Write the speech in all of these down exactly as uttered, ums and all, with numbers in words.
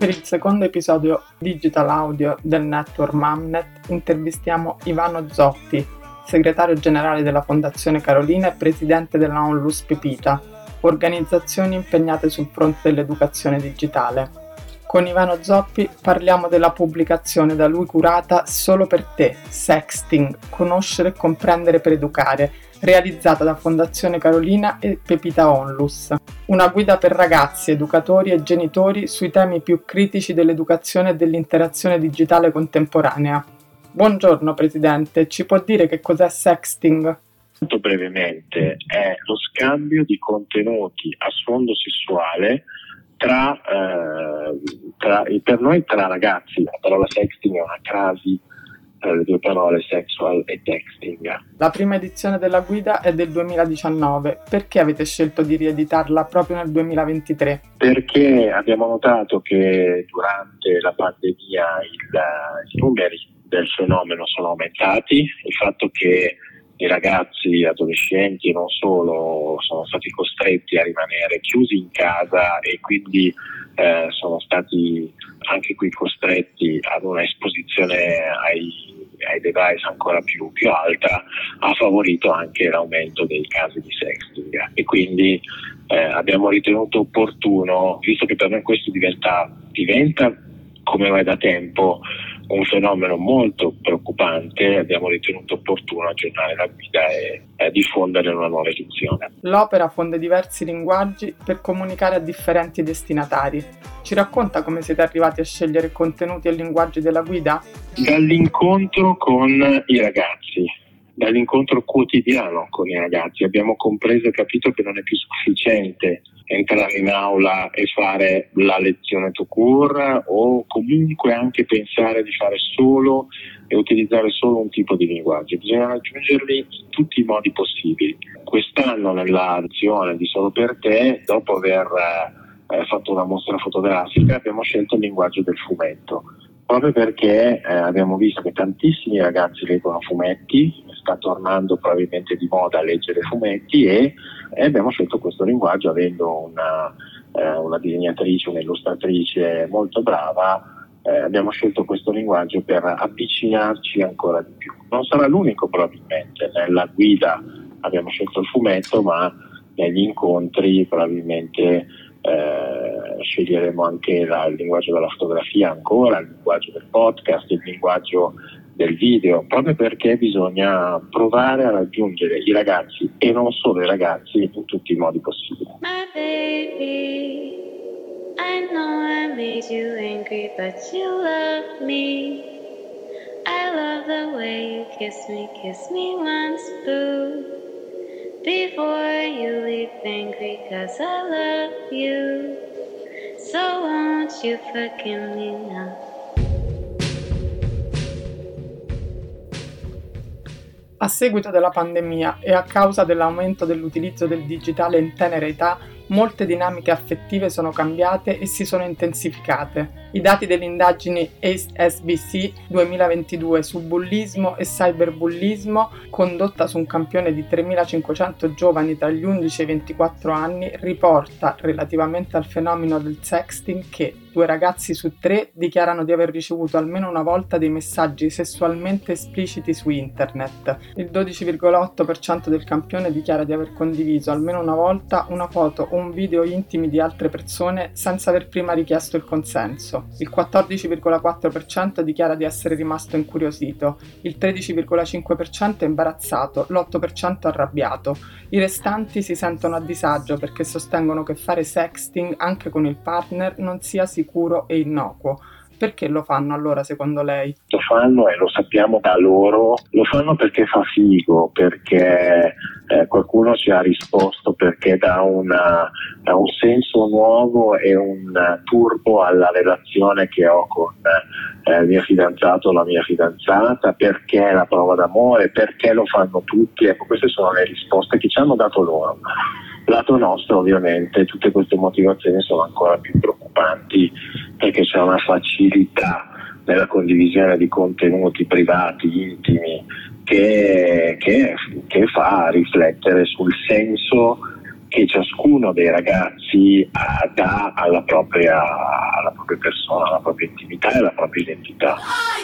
Per il secondo episodio Digital Audio del network Mamnet intervistiamo Ivano Zoppi, segretario generale della Fondazione Carolina e presidente della Onlus Pepita, organizzazioni impegnate sul fronte dell'educazione digitale. Con Ivano Zoppi parliamo della pubblicazione da lui curata Solo per te, Sexting, conoscere e comprendere per educare, realizzata da Fondazione Carolina e Pepita Onlus. Una guida per ragazzi, educatori e genitori sui temi più critici dell'educazione e dell'interazione digitale contemporanea. Buongiorno Presidente, ci può dire che cos'è sexting? Molto brevemente, è lo scambio di contenuti a sfondo sessuale tra, eh, tra per noi tra ragazzi. La parola sexting è una crasi tra le due parole sexual e texting. La prima edizione della guida è del duemiladiciannove. Perché avete scelto di rieditarla proprio nel duemilaventitré? Perché abbiamo notato che durante la pandemia il, i numeri del fenomeno sono aumentati, il fatto che i ragazzi, adolescenti e non solo sono stati costretti a rimanere chiusi in casa e quindi eh, sono stati anche qui costretti ad una esposizione ai, ai device ancora più, più alta, ha favorito anche l'aumento dei casi di sexting e quindi eh, abbiamo ritenuto opportuno, visto che per noi questo diventa, diventa come va da tempo un fenomeno molto preoccupante, abbiamo ritenuto opportuno aggiornare la guida e eh, diffondere una nuova edizione. L'opera fonde diversi linguaggi per comunicare a differenti destinatari. Ci racconta come siete arrivati a scegliere contenuti e linguaggi della guida? Dall'incontro con i ragazzi, dall'incontro quotidiano con i ragazzi, abbiamo compreso e capito che non è più sufficiente entrare in aula e fare la lezione tout court o comunque anche pensare di fare solo e utilizzare solo un tipo di linguaggio, bisogna raggiungerli in tutti i modi possibili. Quest'anno nella lezione di Solo per te, dopo aver eh, fatto una mostra fotografica, abbiamo scelto il linguaggio del fumetto, proprio perché eh, abbiamo visto che tantissimi ragazzi leggono fumetti, sta tornando probabilmente di moda a leggere fumetti e, e abbiamo scelto questo linguaggio avendo una, eh, una disegnatrice, un'illustratrice molto brava, eh, abbiamo scelto questo linguaggio per avvicinarci ancora di più. Non sarà l'unico probabilmente, nella guida abbiamo scelto il fumetto, ma negli incontri probabilmente Eh, sceglieremo anche la, il linguaggio della fotografia ancora, il linguaggio del podcast, il linguaggio del video, proprio perché bisogna provare a raggiungere i ragazzi e non solo i ragazzi in tutti i modi possibili. My baby, I know I made you angry, but you love me. I love the way you kiss me, kiss me once, boo. Before you leave angry, cause I love you. So won't you forgive me now? A seguito della pandemia e a causa dell'aumento dell'utilizzo del digitale in tenera età, molte dinamiche affettive sono cambiate e si sono intensificate. I dati delle indagini A S B C duemilaventidue su bullismo e cyberbullismo, condotta su un campione di tremilacinquecento giovani tra gli undici e i ventiquattro anni, riporta, relativamente al fenomeno del sexting, che due ragazzi su tre dichiarano di aver ricevuto almeno una volta dei messaggi sessualmente espliciti su internet. Il dodici virgola otto per cento del campione dichiara di aver condiviso almeno una volta una foto o un video intimi di altre persone senza aver prima richiesto il consenso. Il quattordici virgola quattro per cento dichiara di essere rimasto incuriosito, il tredici virgola cinque per cento è imbarazzato, l'otto per cento arrabbiato. I restanti si sentono a disagio perché sostengono che fare sexting anche con il partner non sia sicuro e innocuo. Perché lo fanno allora secondo lei? Lo fanno e lo sappiamo da loro, lo fanno perché fa figo, perché eh, qualcuno ci ha risposto, perché dà, una, dà un senso nuovo e un turbo alla relazione che ho con eh, il mio fidanzato o la mia fidanzata, perché è la prova d'amore, perché lo fanno tutti. Ecco, queste sono le risposte che ci hanno dato loro. Lato nostro ovviamente tutte queste motivazioni sono ancora più preoccupanti perché c'è una facilità nella condivisione di contenuti privati, intimi, che, che, che fa riflettere sul senso che ciascuno dei ragazzi ha, dà alla propria, alla propria persona, alla propria intimità e alla propria identità.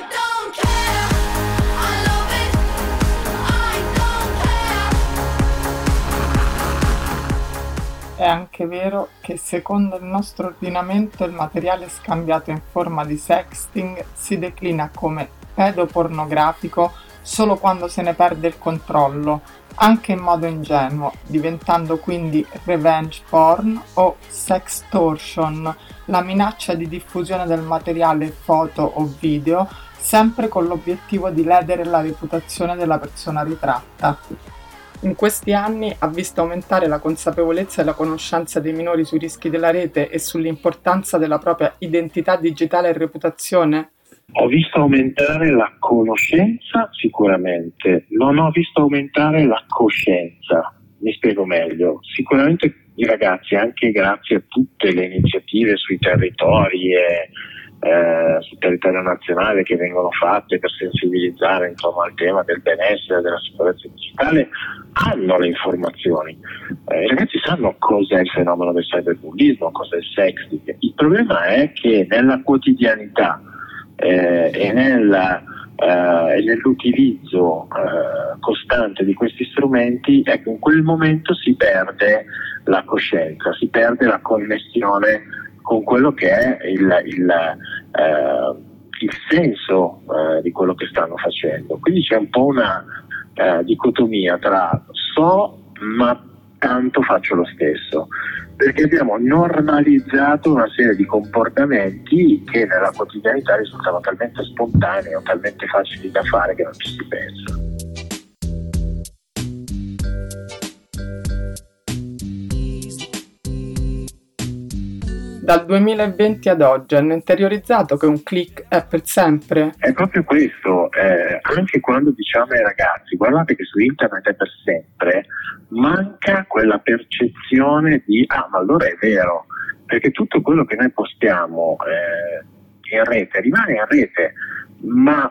È anche vero che secondo il nostro ordinamento il materiale scambiato in forma di sexting si declina come pedopornografico solo quando se ne perde il controllo, anche in modo ingenuo, diventando quindi revenge porn o sextortion, la minaccia di diffusione del materiale foto o video, sempre con l'obiettivo di ledere la reputazione della persona ritratta. In questi anni ha visto aumentare la consapevolezza e la conoscenza dei minori sui rischi della rete e sull'importanza della propria identità digitale e reputazione? Ho visto aumentare la conoscenza sicuramente, non ho visto aumentare la coscienza. Mi spiego meglio. Sicuramente i ragazzi, anche grazie a tutte le iniziative sui territori e eh, sul territorio nazionale che vengono fatte per sensibilizzare insomma al tema del benessere e della sicurezza digitale, hanno le informazioni. Eh, I ragazzi sanno cos'è il fenomeno del cyberbullismo, cos'è il sexting. Il problema è che nella quotidianità eh, e nella Uh, e nell'utilizzo uh, costante di questi strumenti, ecco, in quel momento si perde la coscienza, si perde la connessione con quello che è il, il, uh, il senso uh, di quello che stanno facendo. Quindi c'è un po' una uh, dicotomia tra so ma tanto faccio lo stesso, perché abbiamo normalizzato una serie di comportamenti che nella quotidianità risultano talmente spontanei o talmente facili da fare che non ci si pensa. Dal duemilaventi ad oggi hanno interiorizzato che un click è per sempre? È proprio questo, eh, anche quando diciamo ai ragazzi guardate che su internet è per sempre, manca quella percezione di ah ma allora è vero, perché tutto quello che noi postiamo eh, in rete rimane in rete, ma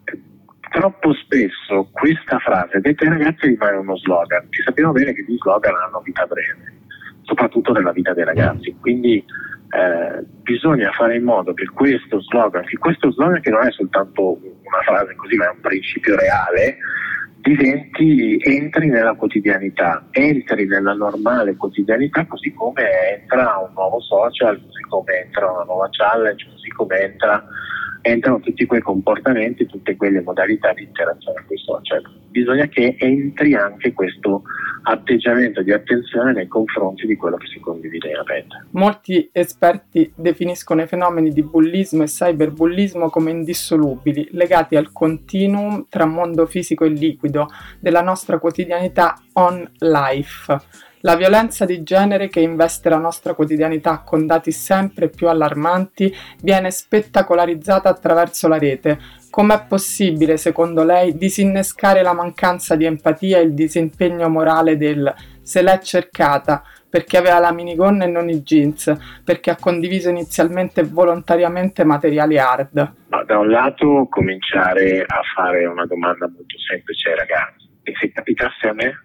troppo spesso questa frase detta ai ragazzi rimane uno slogan, e sappiamo bene che gli slogan hanno vita breve, soprattutto nella vita dei ragazzi, quindi Eh, bisogna fare in modo che questo slogan, che questo slogan che non è soltanto una frase così, ma è un principio reale, diventi, entri nella quotidianità, entri nella normale quotidianità, così come entra un nuovo social, così come entra una nuova challenge, così come entra, entrano tutti quei comportamenti, tutte quelle modalità di interazione con i social. Bisogna che entri anche questo atteggiamento di attenzione nei confronti di quello che si condivide in rete. Molti esperti definiscono i fenomeni di bullismo e cyberbullismo come indissolubili, legati al continuum tra mondo fisico e liquido della nostra quotidianità on life. La violenza di genere che investe la nostra quotidianità con dati sempre più allarmanti viene spettacolarizzata attraverso la rete. Com'è possibile, secondo lei, disinnescare la mancanza di empatia e il disimpegno morale del se l'è cercata perché aveva la minigonna e non i jeans, perché ha condiviso inizialmente e volontariamente materiali hard? Ma da un lato cominciare a fare una domanda molto semplice ai ragazzi: e se capitasse a me?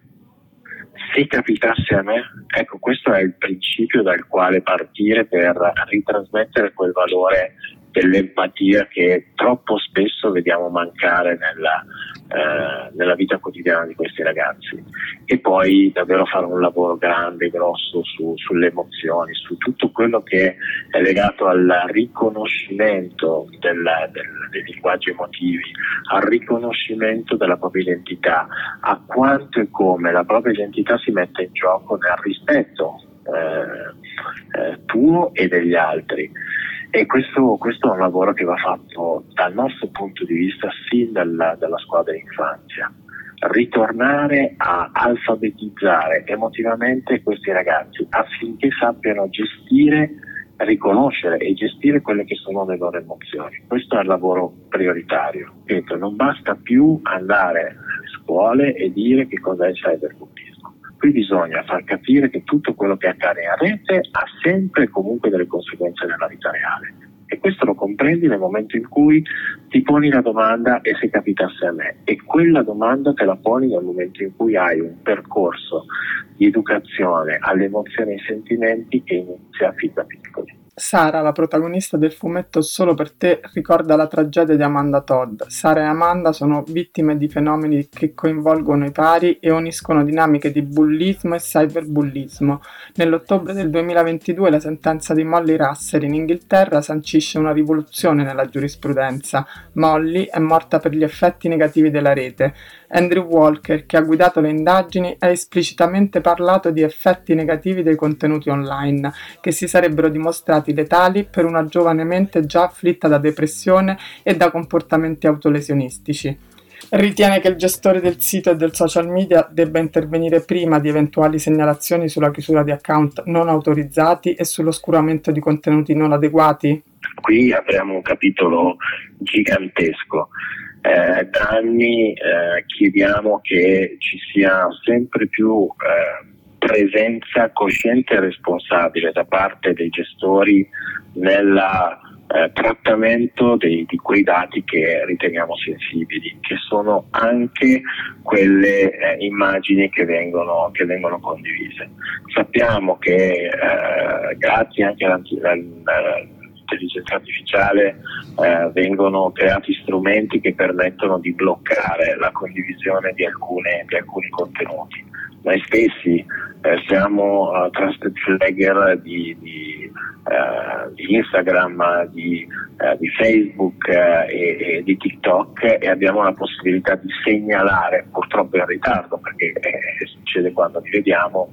Se capitasse a me? Ecco, questo è il principio dal quale partire per ritrasmettere quel valore dell'empatia che troppo spesso vediamo mancare nella, eh, nella vita quotidiana di questi ragazzi. E poi davvero fare un lavoro grande, grosso su, sulle emozioni, su tutto quello che è legato al riconoscimento del, del, dei linguaggi emotivi, al riconoscimento della propria identità, a quanto e come la propria identità si mette in gioco nel rispetto eh, eh, tuo e degli altri. E questo, questo è un lavoro che va fatto dal nostro punto di vista sin dalla, dalla scuola dell'infanzia. Ritornare a alfabetizzare emotivamente questi ragazzi affinché sappiano gestire, riconoscere e gestire quelle che sono le loro emozioni. Questo è il lavoro prioritario. Ripeto, non basta più andare alle scuole e dire che cos'è il cyberbullismo. Qui bisogna far capire che tutto quello che accade in rete ha sempre e comunque delle conseguenze nella vita reale. E questo lo comprendi nel momento in cui ti poni la domanda e se capitasse a me. E quella domanda te la poni nel momento in cui hai un percorso di educazione alle emozioni e ai sentimenti che inizia fin da piccoli. Sara, la protagonista del fumetto Solo per te, ricorda la tragedia di Amanda Todd. Sara e Amanda sono vittime di fenomeni che coinvolgono i pari e uniscono dinamiche di bullismo e cyberbullismo. Nell'ottobre del duemilaventidue la sentenza di Molly Russell in Inghilterra sancisce una rivoluzione nella giurisprudenza. Molly è morta per gli effetti negativi della rete. Andrew Walker, che ha guidato le indagini, ha esplicitamente parlato di effetti negativi dei contenuti online, che si sarebbero dimostrati letali per una giovane mente già afflitta da depressione e da comportamenti autolesionistici. Ritiene che il gestore del sito e del social media debba intervenire prima di eventuali segnalazioni sulla chiusura di account non autorizzati e sull'oscuramento di contenuti non adeguati? Qui apriamo un capitolo gigantesco. Eh, da anni eh, chiediamo che ci sia sempre più eh, presenza cosciente e responsabile da parte dei gestori nel eh, trattamento dei, di quei dati che riteniamo sensibili, che sono anche quelle eh, immagini che vengono, che vengono condivise. Sappiamo che eh, grazie anche alla intelligenza artificiale eh, vengono creati strumenti che permettono di bloccare la condivisione di, alcune, di alcuni contenuti. Noi stessi eh, siamo uh, trusted flagger di, di, uh, di Instagram, di, uh, di Facebook uh, e, e di TikTok, e abbiamo la possibilità di segnalare, purtroppo in ritardo perché eh, succede quando li vediamo,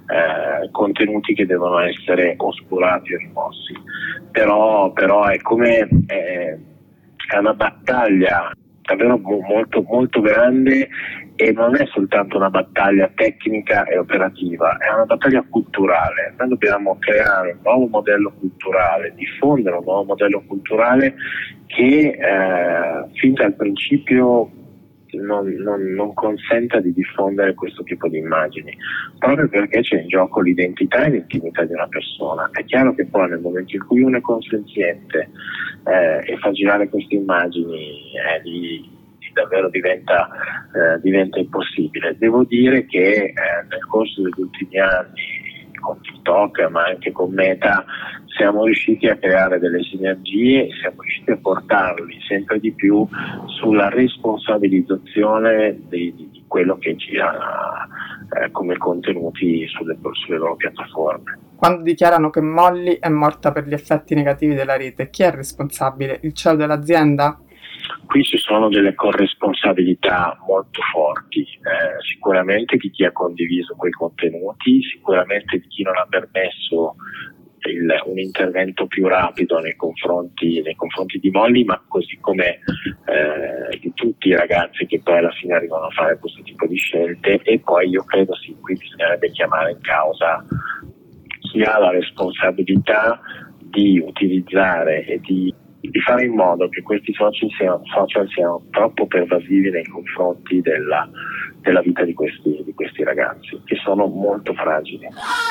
eh, contenuti che devono essere oscurati o rimossi. Però, però è come eh, è una battaglia davvero molto, molto grande, e non è soltanto una battaglia tecnica e operativa, è una battaglia culturale. Noi dobbiamo creare un nuovo modello culturale, diffondere un nuovo modello culturale che eh, fin dal principio non, non, non consenta di diffondere questo tipo di immagini, proprio perché c'è in gioco l'identità e l'intimità di una persona. È chiaro che poi nel momento in cui uno è consenziente eh, e fa girare queste immagini eh, lì davvero diventa, eh, diventa impossibile. Devo dire che eh, nel corso degli ultimi anni con TikTok ma anche con Meta siamo riusciti a creare delle sinergie e siamo riusciti a portarli sempre di più sulla responsabilizzazione di, di, di quello che gira eh, come contenuti sulle, sulle loro piattaforme. Quando dichiarano che Molly è morta per gli effetti negativi della rete, chi è responsabile? Il C E O dell'azienda? Qui ci sono delle corresponsabilità molto forti, eh, sicuramente di chi ha condiviso quei contenuti, sicuramente di chi non ha permesso il, un intervento più rapido nei confronti, nei confronti di Molly, ma così come eh, di tutti i ragazzi che poi alla fine arrivano a fare questo tipo di scelte. E poi io credo sì, qui bisognerebbe chiamare in causa chi ha la responsabilità di utilizzare e di di fare in modo che questi social siano, social siano troppo pervasivi nei confronti della, della vita di questi, di questi ragazzi, che sono molto fragili.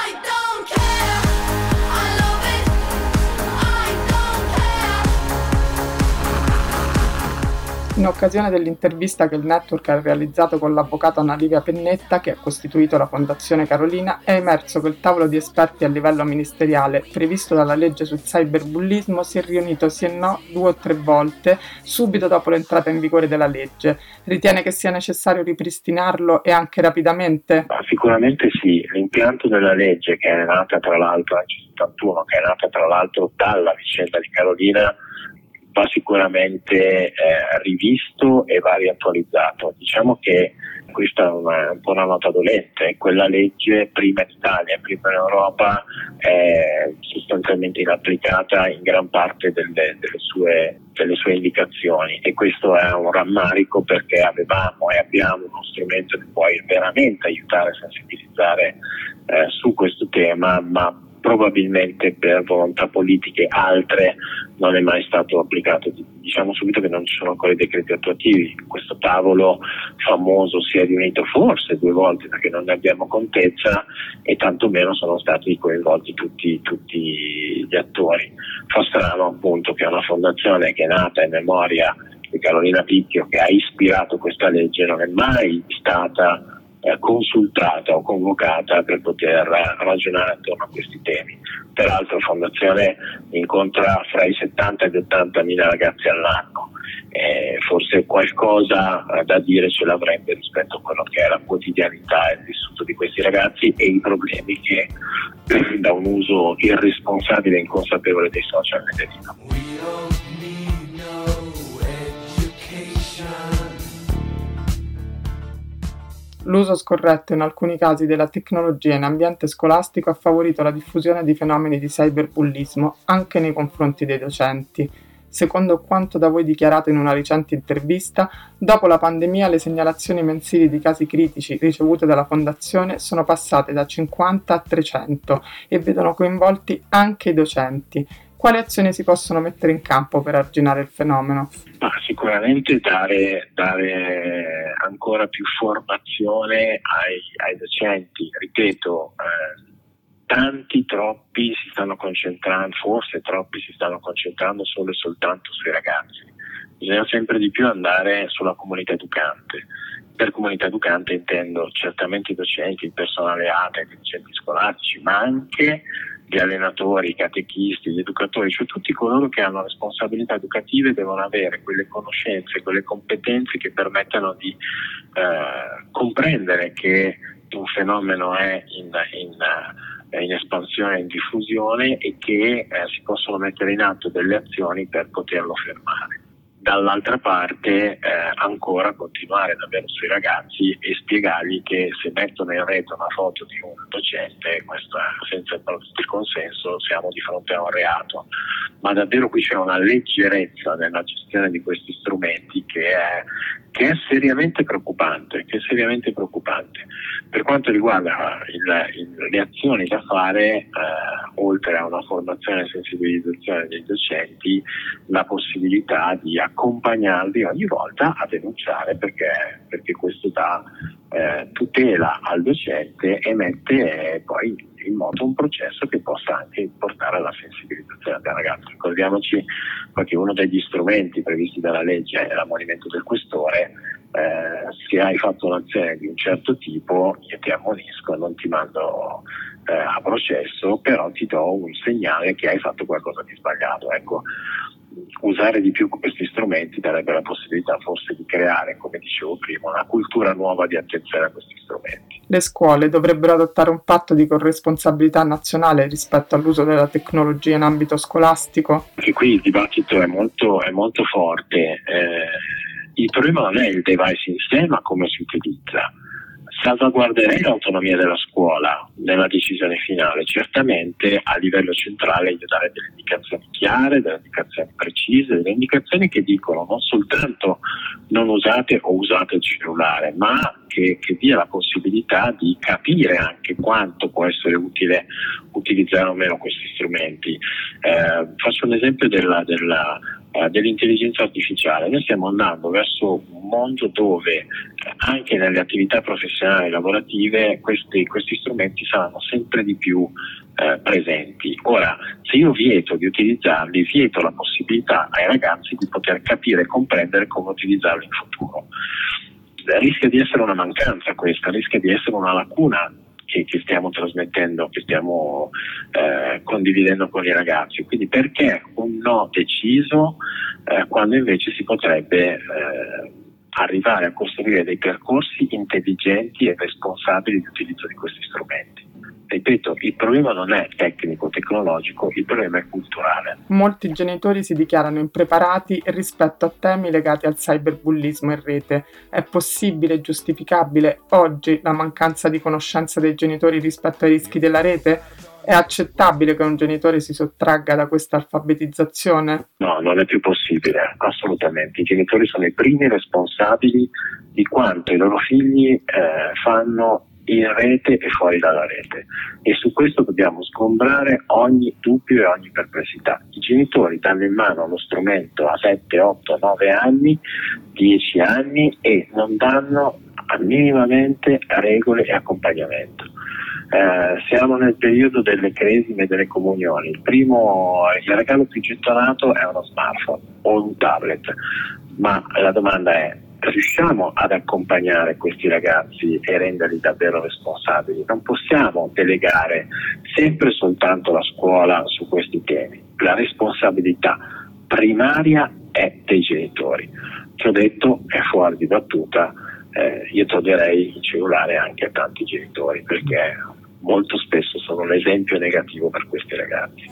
In occasione dell'intervista che il network ha realizzato con l'avvocato Anna Livia Pennetta, che ha costituito la Fondazione Carolina, è emerso che il tavolo di esperti a livello ministeriale, previsto dalla legge sul cyberbullismo, si è riunito sì e no due o tre volte subito dopo l'entrata in vigore della legge. Ritiene che sia necessario ripristinarlo e anche rapidamente? Sicuramente sì, l'impianto della legge, che è nata tra l'altro nel settantuno, che è nata tra l'altro dalla vicenda di Carolina, va sicuramente eh, rivisto e va riattualizzato. Diciamo che questa è una, un po' una nota dolente, quella legge prima in Italia, prima in Europa, è sostanzialmente inapplicata in gran parte delle, delle, sue, delle sue indicazioni, e questo è un rammarico perché avevamo e abbiamo uno strumento che può veramente aiutare a sensibilizzare eh, su questo tema, ma probabilmente per volontà politiche altre non è mai stato applicato. Diciamo subito che non ci sono ancora i decreti attuativi. Questo tavolo famoso si è riunito forse due volte perché non ne abbiamo contezza, e tantomeno sono stati coinvolti tutti, tutti gli attori. Fa strano appunto che una fondazione che è nata in memoria di Carolina Picchio, che ha ispirato questa legge, non è mai stata eh, consultata o convocata per poter ragionare attorno a questi temi. Peraltro la Fondazione incontra fra i settanta e gli ottanta mila ragazzi all'anno, eh, forse qualcosa eh, da dire ce l'avrebbe rispetto a quello che è la quotidianità e il vissuto di questi ragazzi e i problemi che eh, da un uso irresponsabile e inconsapevole dei social ne derivano. L'uso scorretto in alcuni casi della tecnologia in ambiente scolastico ha favorito la diffusione di fenomeni di cyberbullismo anche nei confronti dei docenti. Secondo quanto da voi dichiarato in una recente intervista, dopo la pandemia le segnalazioni mensili di casi critici ricevute dalla Fondazione sono passate da cinquanta a trecento e vedono coinvolti anche i docenti. Quali azioni si possono mettere in campo per arginare il fenomeno? Ma sicuramente dare, dare ancora più formazione ai, ai docenti. Ripeto, eh, tanti, troppi si stanno concentrando, forse troppi si stanno concentrando solo e soltanto sui ragazzi. Bisogna sempre di più andare sulla comunità educante. Per comunità educante intendo certamente i docenti, il personale A T E, i docenti scolastici, ma anche gli allenatori, i catechisti, gli educatori, cioè tutti coloro che hanno responsabilità educative devono avere quelle conoscenze, quelle competenze che permettano di eh, comprendere che un fenomeno è in, in, in espansione, in diffusione e che eh, si possono mettere in atto delle azioni per poterlo fermare. Dall'altra parte eh, ancora continuare davvero sui ragazzi e spiegargli che se mettono in rete una foto di un docente, questo è senza il consenso, siamo di fronte a un reato. Ma davvero qui c'è una leggerezza nella gestione di questi strumenti che è, che è seriamente preoccupante, che è seriamente preoccupante. Per quanto riguarda il, il, le azioni da fare, eh, oltre a una formazione e sensibilizzazione dei docenti, la possibilità di accompagnarli ogni volta a denunciare perché, perché questo dà eh, tutela al docente e mette eh, poi in moto un processo che possa anche portare alla sensibilizzazione del ragazzo. Ricordiamoci che uno degli strumenti previsti dalla legge è l'ammonimento del questore. Eh, se hai fatto un'azione di un certo tipo io ti ammonisco, non ti mando eh, a processo, però ti do un segnale che hai fatto qualcosa di sbagliato. Ecco, usare di più questi strumenti darebbe la possibilità forse di creare, come dicevo prima, una cultura nuova di attenzione a questi strumenti. Le scuole dovrebbero adottare un patto di corresponsabilità nazionale rispetto all'uso della tecnologia in ambito scolastico? Anche qui il dibattito è molto, è molto forte. Eh, il problema non è il device in sé, ma come si utilizza. Salvaguarderei l'autonomia della scuola nella decisione finale, certamente a livello centrale io darei delle indicazioni chiare, delle indicazioni precise, delle indicazioni che dicono non soltanto non usate o usate il cellulare, ma che, che dia la possibilità di capire anche quanto può essere utile utilizzare o meno questi strumenti. Eh, faccio un esempio della, della dell'intelligenza artificiale. Noi stiamo andando verso un mondo dove anche nelle attività professionali e lavorative questi, questi strumenti saranno sempre di più eh, presenti. Ora, se io vieto di utilizzarli, vieto la possibilità ai ragazzi di poter capire e comprendere come utilizzarli in futuro. Rischia di essere una mancanza questa, rischia di essere una lacuna Che, che stiamo trasmettendo, che stiamo eh, condividendo con i ragazzi. Quindi perché un no deciso eh, quando invece si potrebbe eh, arrivare a costruire dei percorsi intelligenti e responsabili di utilizzo di questi strumenti. Ripeto, il problema non è tecnico, tecnologico, il problema è culturale. Molti genitori si dichiarano impreparati rispetto a temi legati al cyberbullismo in rete. È possibile e giustificabile oggi la mancanza di conoscenza dei genitori rispetto ai rischi della rete? È accettabile che un genitore si sottragga da questa alfabetizzazione? No, non è più possibile, assolutamente. I genitori sono i primi responsabili di quanto i loro figli eh, fanno in rete e fuori dalla rete, e su questo dobbiamo sgombrare ogni dubbio e ogni perplessità. I genitori danno in mano lo strumento a sette, otto, nove anni, dieci anni e non danno minimamente regole e accompagnamento. Eh, siamo nel periodo delle cresime e delle comunioni. Il primo, il regalo più gettonato è uno smartphone o un tablet, ma la domanda è: riusciamo ad accompagnare questi ragazzi e renderli davvero responsabili. Non possiamo delegare sempre soltanto la scuola su questi temi. La responsabilità primaria è dei genitori. Ci ho detto, è fuori di battuta, eh, io toglierei il cellulare anche a tanti genitori, perché molto spesso sono un esempio negativo per questi ragazzi.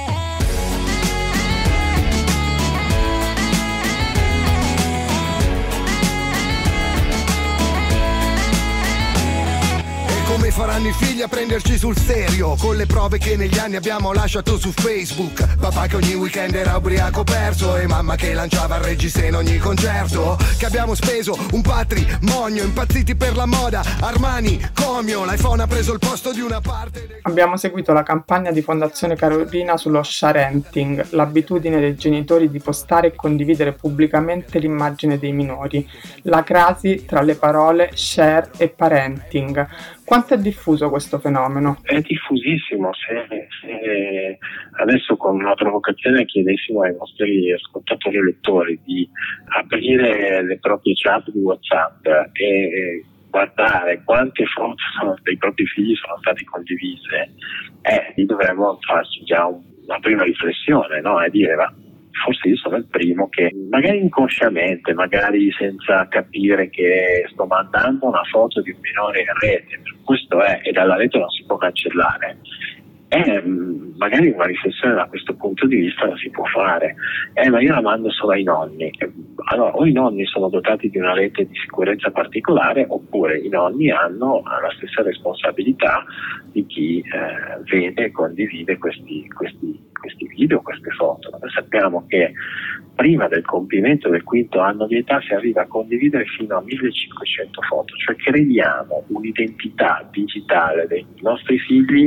Come faranno i figli a prenderci sul serio, con le prove che negli anni abbiamo lasciato su Facebook. Papà che ogni weekend era ubriaco perso e mamma che lanciava il reggiseno in ogni concerto. Che abbiamo speso un patrimonio, impazziti per la moda, Armani, Comio, l'iPhone ha preso il posto di una parte de... Abbiamo seguito la campagna di Fondazione Carolina sullo sharenting, l'abitudine dei genitori di postare e condividere pubblicamente l'immagine dei minori, la crasi tra le parole share e parenting. Quanto è diffuso questo fenomeno? È diffusissimo. Se, se adesso con una provocazione chiedessimo ai nostri ascoltatori e lettori di aprire le proprie chat di WhatsApp e guardare quante foto sono, dei propri figli sono state condivise, eh, lì dovremmo farci già un, una prima riflessione, no? E dire, va, forse io sono il primo che magari inconsciamente, magari senza capire che sto mandando una foto di un minore in rete, questo è, e dalla rete non si può cancellare. Eh, magari una riflessione da questo punto di vista la si può fare, eh, ma io la mando solo ai nonni. Allora, o i nonni sono dotati di una rete di sicurezza particolare, oppure i nonni hanno la stessa responsabilità di chi eh, vede e condivide questi, questi, questi video, queste foto. Noi sappiamo che prima del compimento del quinto anno di età si arriva a condividere fino a millecinquecento foto, cioè creiamo un'identità digitale dei nostri figli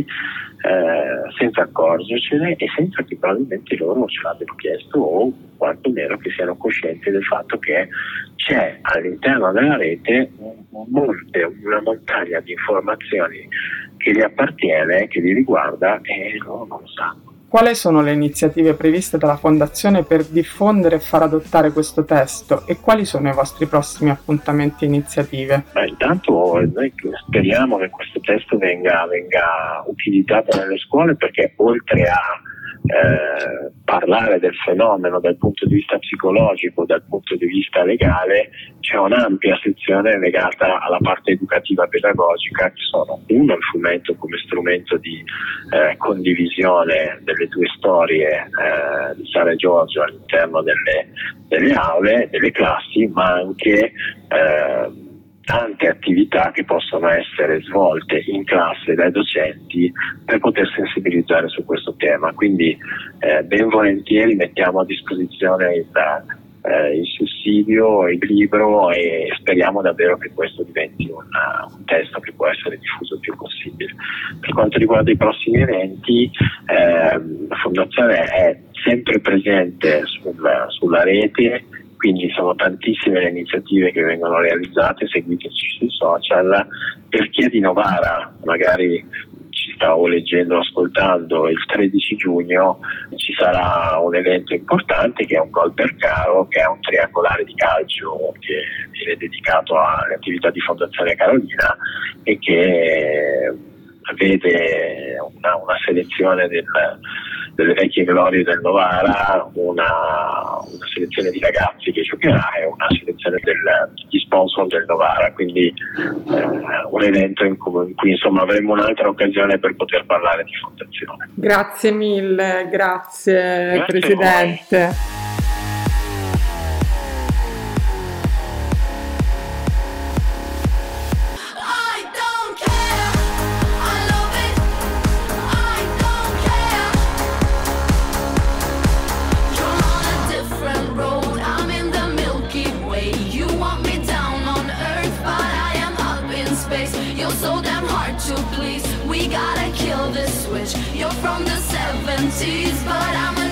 Eh, senza accorgercene e senza che probabilmente loro ce l'abbiano chiesto, o quantomeno che siano coscienti del fatto che c'è all'interno della rete un, un monte, una montagna di informazioni che gli appartiene, che li riguarda, e loro non lo sanno. Quali sono le iniziative previste dalla Fondazione per diffondere e far adottare questo testo, e quali sono i vostri prossimi appuntamenti e iniziative? Beh, intanto noi speriamo che questo testo venga, venga utilizzato nelle scuole, perché oltre a eh, parlare del fenomeno dal punto di vista psicologico, dal punto di vista legale, c'è un'ampia sezione legata alla parte educativa pedagogica, che sono uno, il fumetto come strumento di eh, condivisione delle tue storie eh, di Sara e Giorgio all'interno delle, delle aule, delle classi, ma anche eh, tante attività che possono essere svolte in classe dai docenti per poter sensibilizzare su questo tema. Quindi eh, ben volentieri mettiamo a disposizione il, eh, il sussidio, il libro, e speriamo davvero che questo diventi una, un testo che può essere diffuso il più possibile. Per quanto riguarda i prossimi eventi, eh, la Fondazione è sempre presente sulla, sulla rete, quindi sono tantissime le iniziative che vengono realizzate, seguiteci sui social. Per chi è di Novara, magari ci sta o leggendo o ascoltando, il tredici giugno ci sarà un evento importante che è un Gol per Caro, che è un triangolare di calcio che viene dedicato alle attività di Fondazione Carolina e che vede una, una selezione del delle vecchie glorie del Novara, una, una selezione di ragazzi che giocherà e una selezione degli sponsor del Novara, quindi eh, un evento in cui, in cui insomma avremo un'altra occasione per poter parlare di fondazione. Grazie mille, grazie, grazie Presidente. We gotta kill this switch. You're from the seventies, but I'm